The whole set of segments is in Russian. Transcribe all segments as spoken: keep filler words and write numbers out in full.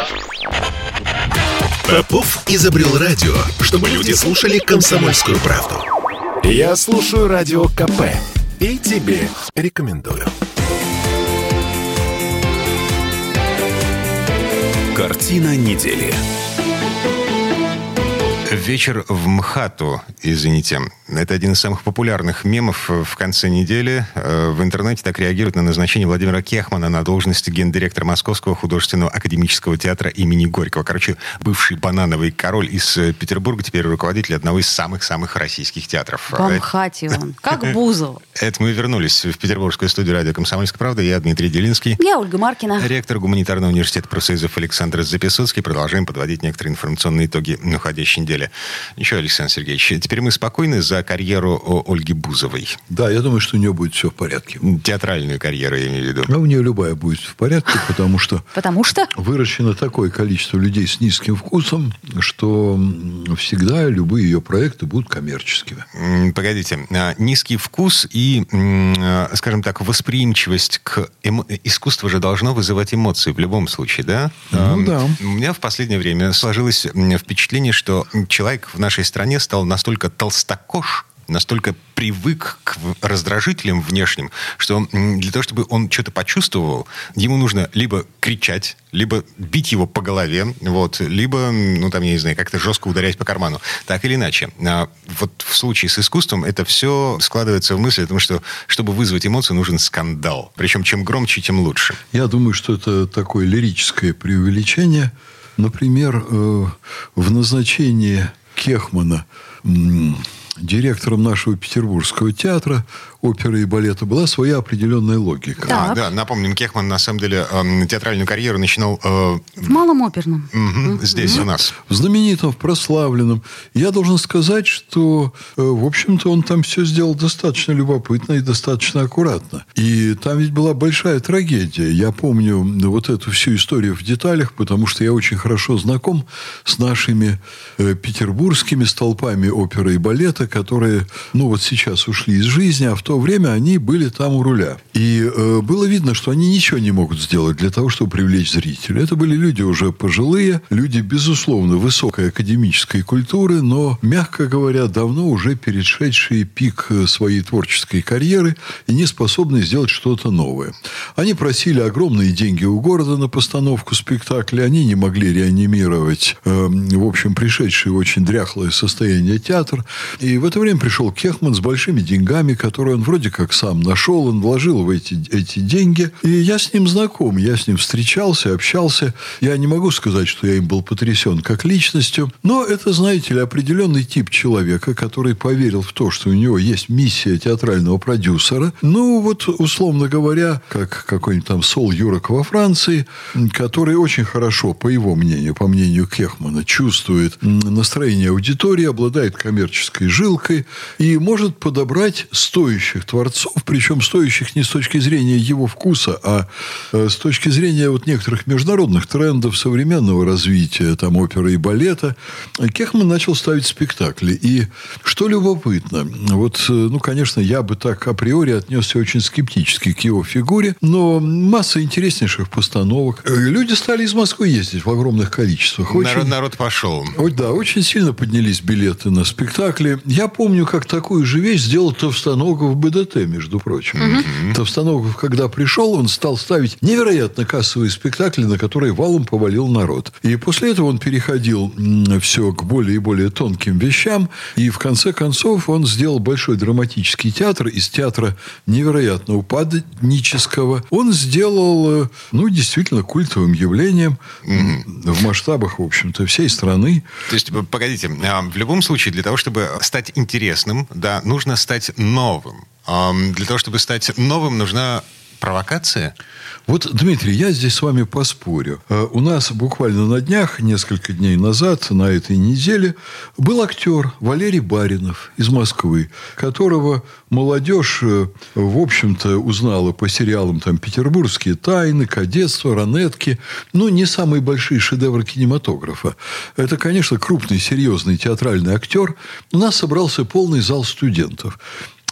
Попов изобрел радио, чтобы люди слушали «Комсомольскую правду». Я слушаю Радио КП и тебе рекомендую. Картина недели. Вечер в МХАТу, извините. Это один из самых популярных мемов в конце недели. В интернете так реагируют на назначение Владимира Кехмана на должность гендиректора Московского художественного академического театра имени Горького. Короче, бывший банановый король из Петербурга, теперь руководитель одного из самых-самых российских театров. В МХАТе он, как Бузов. Это мы вернулись в петербургскую студию радио «Комсомольская правда». Я Дмитрий Делинский. Я Ольга Маркина. Ректор гуманитарного университета профсоюзов Александр Записоцкий. Продолжаем подводить некоторые информационные итоги уходящей недели. Ничего, Александр Сергеевич, теперь мы спокойны за карьеру Ольги Бузовой. Да, я думаю, что у нее будет все в порядке. Театральную карьеру, я имею в виду. Но у нее любая будет в порядке, потому что... Потому что? Выращено такое количество людей с низким вкусом, что всегда любые ее проекты будут коммерческими. Погодите. Низкий вкус и, скажем так, восприимчивость к эмо... искусству же должно вызывать эмоции в любом случае, да? Ну, да. У меня в последнее время сложилось впечатление, что человек в нашей стране стал настолько толстокож, настолько привык к раздражителям внешним, что для того, чтобы он что-то почувствовал, ему нужно либо кричать, либо бить его по голове, вот, либо, ну, там, я не знаю, как-то жестко ударять по карману. Так или иначе. Вот в случае с искусством это все складывается в мысли о том, что, чтобы вызвать эмоции, нужен скандал. Причем чем громче, тем лучше. Я думаю, что это такое лирическое преувеличение. Например, в назначении Кехмана директором нашего Петербургского театра оперы и балета была своя определенная логика. А, да, напомним, Кехман на самом деле э, театральную карьеру начинал... Э, в Малом оперном. Угу, здесь угу. у нас. В знаменитом, в прославленном. Я должен сказать, что, э, в общем-то, он там все сделал достаточно любопытно и достаточно аккуратно. И там ведь была большая трагедия. Я помню вот эту всю историю в деталях, потому что я очень хорошо знаком с нашими э, петербургскими столпами оперы и балета, которые, ну, вот сейчас ушли из жизни, а в то время они были там у руля. И э, было видно, что они ничего не могут сделать для того, чтобы привлечь зрителей. Это были люди уже пожилые, люди, безусловно, высокой академической культуры, но, мягко говоря, давно уже перешедшие пик своей творческой карьеры и не способные сделать что-то новое. Они просили огромные деньги у города на постановку спектакля, они не могли реанимировать, э, в общем, пришедший в очень дряхлое состояние театр. И в это время пришел Кехман с большими деньгами, которые он вроде как сам нашел, он вложил в эти, эти деньги. И я с ним знаком, я с ним встречался, общался. Я не могу сказать, что я им был потрясен как личностью, но это, знаете ли, определенный тип человека, который поверил в то, что у него есть миссия театрального продюсера. Ну, вот, условно говоря, как какой-нибудь там Сол Юрок во Франции, который очень хорошо, по его мнению, по мнению Кехмана, чувствует настроение аудитории, обладает коммерческой жилкой и может подобрать стоящих творцов, причем стоящих не с точки зрения его вкуса, а с точки зрения вот некоторых международных трендов, современного развития там, оперы и балета. Кехман начал ставить спектакли. И что любопытно, вот, ну, конечно, я бы так априори отнесся очень скептически к его фигуре, но масса интереснейших постановок. Люди стали из Москвы ездить в огромных количествах. Очень, народ, народ пошел. Да, очень сильно поднялись билеты на спектакли. Я помню, как такую же вещь сделал Товстоногов в БДТ, между прочим. Mm-hmm. Товстоногов, когда пришел, он стал ставить невероятно кассовые спектакли, на которые валом повалил народ. И после этого он переходил все к более и более тонким вещам. И в конце концов он сделал большой драматический театр. Из театра невероятно упаднического он сделал, ну, действительно культовым явлением mm-hmm. в масштабах, в общем-то, всей страны. То есть, погодите, в любом случае, для того, чтобы стать интересным, да, нужно стать новым. Для того, чтобы стать новым, нужна провокация? Вот, Дмитрий, я здесь с вами поспорю. У нас буквально на днях, несколько дней назад, на этой неделе, был актер Валерий Баринов из Москвы, которого молодежь, в общем-то, узнала по сериалам там «Петербургские тайны», «Кадетство», «Ранетки». Ну, не самые большие шедевры кинематографа. Это, конечно, крупный, серьезный театральный актер. У нас собрался полный зал студентов.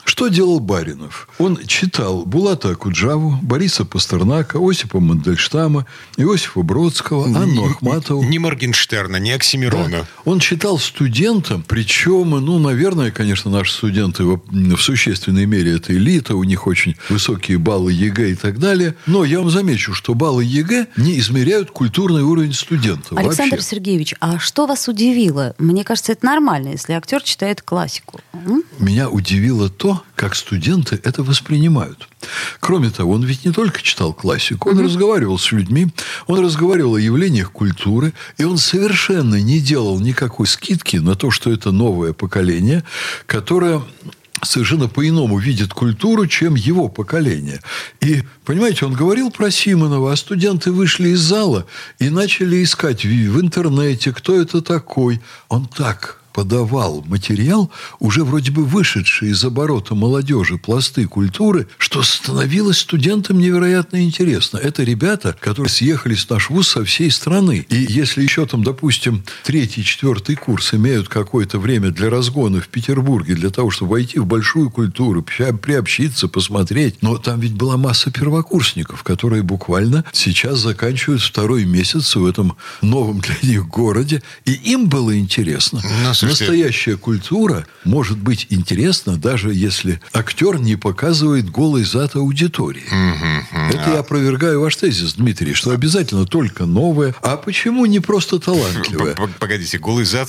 Что делал Баринов? Он читал Булата Акуджаву, Бориса Пастернака, Осипа Мандельштама, Иосифа Бродского, Анну Ахматову. Ни Моргенштерна, ни Оксимирона. Да. Он читал студентам, причем, ну, наверное, конечно, наши студенты в, в существенной мере это элита, у них очень высокие баллы ЕГЭ и так далее. Но я вам замечу, что баллы ЕГЭ не измеряют культурный уровень студента. Александр вообще. Сергеевич, а что вас удивило? Мне кажется, это нормально, если актер читает классику. М? Меня удивило то, как студенты это воспринимают. Кроме того, он ведь не только читал классику, он mm-hmm. разговаривал с людьми, он разговаривал о явлениях культуры, и он совершенно не делал никакой скидки на то, что это новое поколение, которое совершенно по-иному видит культуру, чем его поколение. И, понимаете, он говорил про Симонова, а студенты вышли из зала и начали искать в, в интернете, кто это такой. Он так подавал материал, уже вроде бы вышедший из оборота молодежи пласты культуры, что становилось студентам невероятно интересно. Это ребята, которые съехались в наш вуз со всей страны. И если еще там, допустим, третий, четвертый курс имеют какое-то время для разгона в Петербурге, для того, чтобы войти в большую культуру, приобщиться, посмотреть, но там ведь была масса первокурсников, которые буквально сейчас заканчивают второй месяц в этом новом для них городе, и им было интересно. Настоящая культура может быть интересна, даже если актер не показывает голый зад аудитории. Mm-hmm. Это я опровергаю ваш тезис, Дмитрий, что обязательно только новое. А почему не просто талантливое? Погодите, голый зад,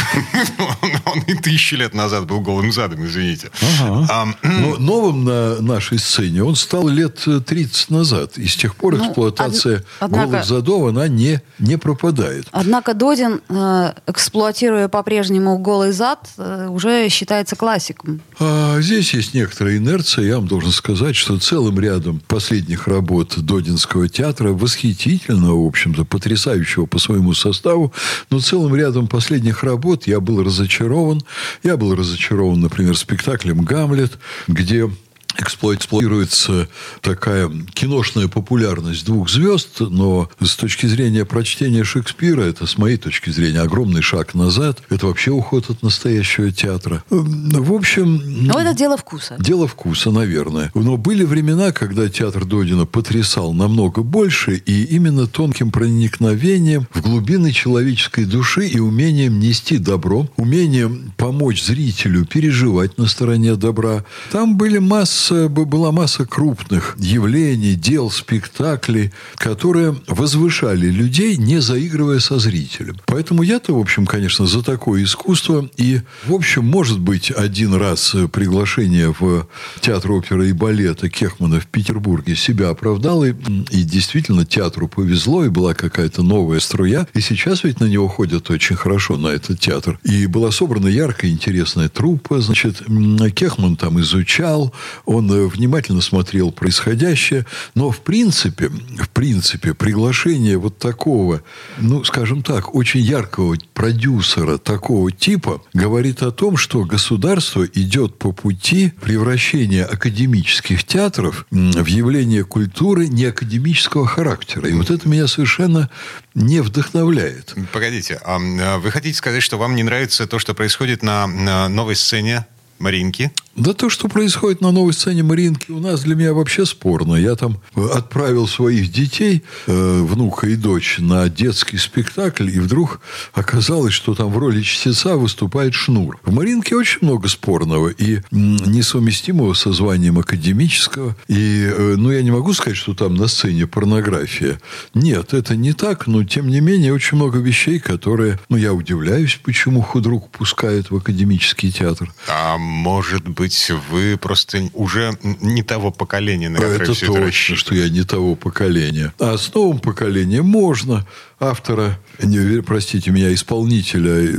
он и тысячи лет назад был голым задом, извините. Ага. Но новым на нашей сцене он стал лет тридцать назад. И с тех пор эксплуатация голых задов, она не, не пропадает. Однако Додин, эксплуатируя по-прежнему голый зад, уже считается классиком. А здесь есть некоторая инерция. Я вам должен сказать, что целым рядом последних работ Додинского театра, восхитительного, в общем-то, потрясающего по своему составу, но целым рядом последних работ я был разочарован. Я был разочарован, например, спектаклем «Гамлет», где эксплуатируется такая киношная популярность двух звезд, но с точки зрения прочтения Шекспира, это, с моей точки зрения, огромный шаг назад. Это вообще уход от настоящего театра. В общем... Но это дело вкуса. Дело вкуса, наверное. Но были времена, когда театр Додина потрясал намного больше, и именно тонким проникновением в глубины человеческой души и умением нести добро, умением помочь зрителю переживать на стороне добра. Там были масса была масса крупных явлений, дел, спектаклей, которые возвышали людей, не заигрывая со зрителем. Поэтому я-то, в общем, конечно, за такое искусство. И, в общем, может быть, один раз приглашение в театр оперы и балета Кехмана в Петербурге себя оправдало. И, и действительно, театру повезло, и была какая-то новая струя. И сейчас ведь на него ходят очень хорошо, на этот театр. И была собрана яркая, интересная труппа. Значит, Кехман там изучал, он внимательно смотрел происходящее, но в принципе, в принципе, приглашение вот такого, ну, скажем так, очень яркого продюсера такого типа говорит о том, что государство идет по пути превращения академических театров в явление культуры неакадемического характера. И вот это меня совершенно не вдохновляет. Погодите, а вы хотите сказать, что вам не нравится то, что происходит на, на новой сцене Маринки? Да то, что происходит на новой сцене Маринки, у нас для меня вообще спорно. Я там отправил своих детей, э, внука и дочь, на детский спектакль, и вдруг оказалось, что там в роли чтеца выступает Шнур. В Маринке очень много спорного и несовместимого со званием академического. И, э, ну, я не могу сказать, что там на сцене порнография. Нет, это не так, но, тем не менее, очень много вещей, которые... Ну, я удивляюсь, почему худрук пускает в академический театр. А может быть, вы просто уже не того поколения, на которое это все точно, это рассчитано. что я не того поколения. А с новым поколением можно автора, не, простите меня, исполнителя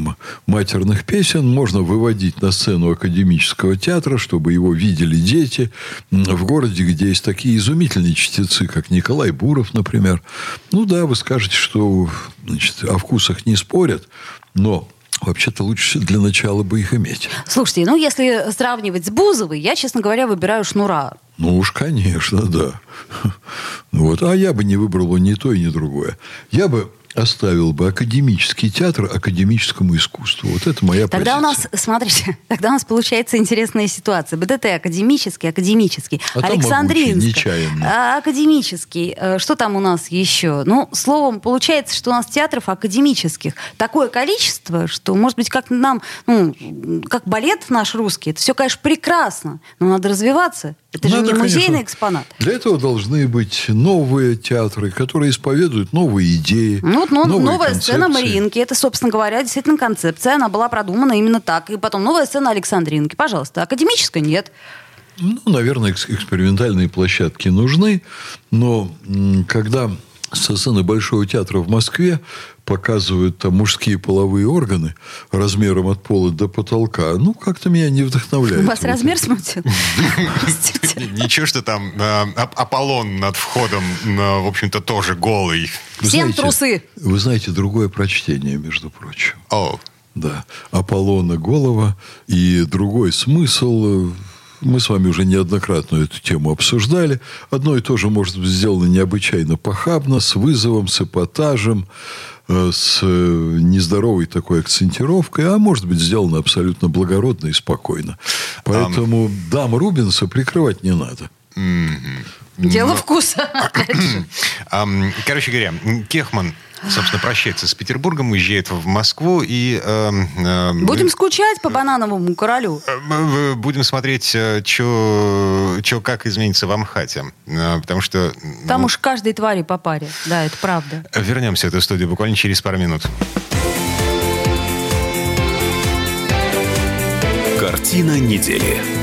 матерных песен можно выводить на сцену академического театра, чтобы его видели дети в городе, где есть такие изумительные чтецы, как Николай Буров, например. Ну да, вы скажете, что, значит, о вкусах не спорят, но... Вообще-то лучше для начала бы их иметь. Слушайте, ну если сравнивать с Бузовой, я, честно говоря, выбираю Шнура. Ну уж, конечно, да. Вот. А я бы не выбрал ни то и ни другое. Я бы оставил бы академический театр академическому искусству. Вот это моя тогда позиция. У нас, смотрите, тогда у нас получается интересная ситуация. БДТ академический, академический. А Александринск академический. Что там у нас еще? Ну, словом, получается, что у нас театров академических такое количество, что, может быть, как нам, ну, как балет наш русский, это все, конечно, прекрасно, но надо развиваться. Это же Надо, не музейный конечно, экспонат. Для этого должны быть новые театры, которые исповедуют новые идеи. Ну, вот, ну, новые новая концепции. Сцена Мариинки. Это, собственно говоря, действительно концепция. Она была продумана именно так. И потом новая сцена Александринки. Пожалуйста. Академическая нет. Ну, наверное, экспериментальные площадки нужны. Но когда со сцены Большого театра в Москве показывают там мужские половые органы размером от пола до потолка, ну, как-то меня не вдохновляет. У вас размер смутит? Ничего, что там Аполлон над входом, в общем-то, тоже голый. Всем трусы. Вы знаете, другое прочтение, между прочим. О. Да. Аполлона голова и другой смысл. Мы с вами уже неоднократно эту тему обсуждали. Одно и то же может быть сделано необычайно похабно, с вызовом, с эпатажем, с нездоровой такой акцентировкой, а может быть сделано абсолютно благородно и спокойно. Поэтому um... дам Рубенса прикрывать не надо. Mm-hmm. Дело Но... вкуса. um, короче говоря, Кехман, собственно, прощается с Петербургом, уезжает в Москву и... Э, э, будем скучать по банановому королю. Э, будем смотреть, что как изменится в Амхате. Э, потому что... Там ну, уж каждой твари по паре. Да, это правда. Вернемся в эту студию буквально через пару минут. Картина недели.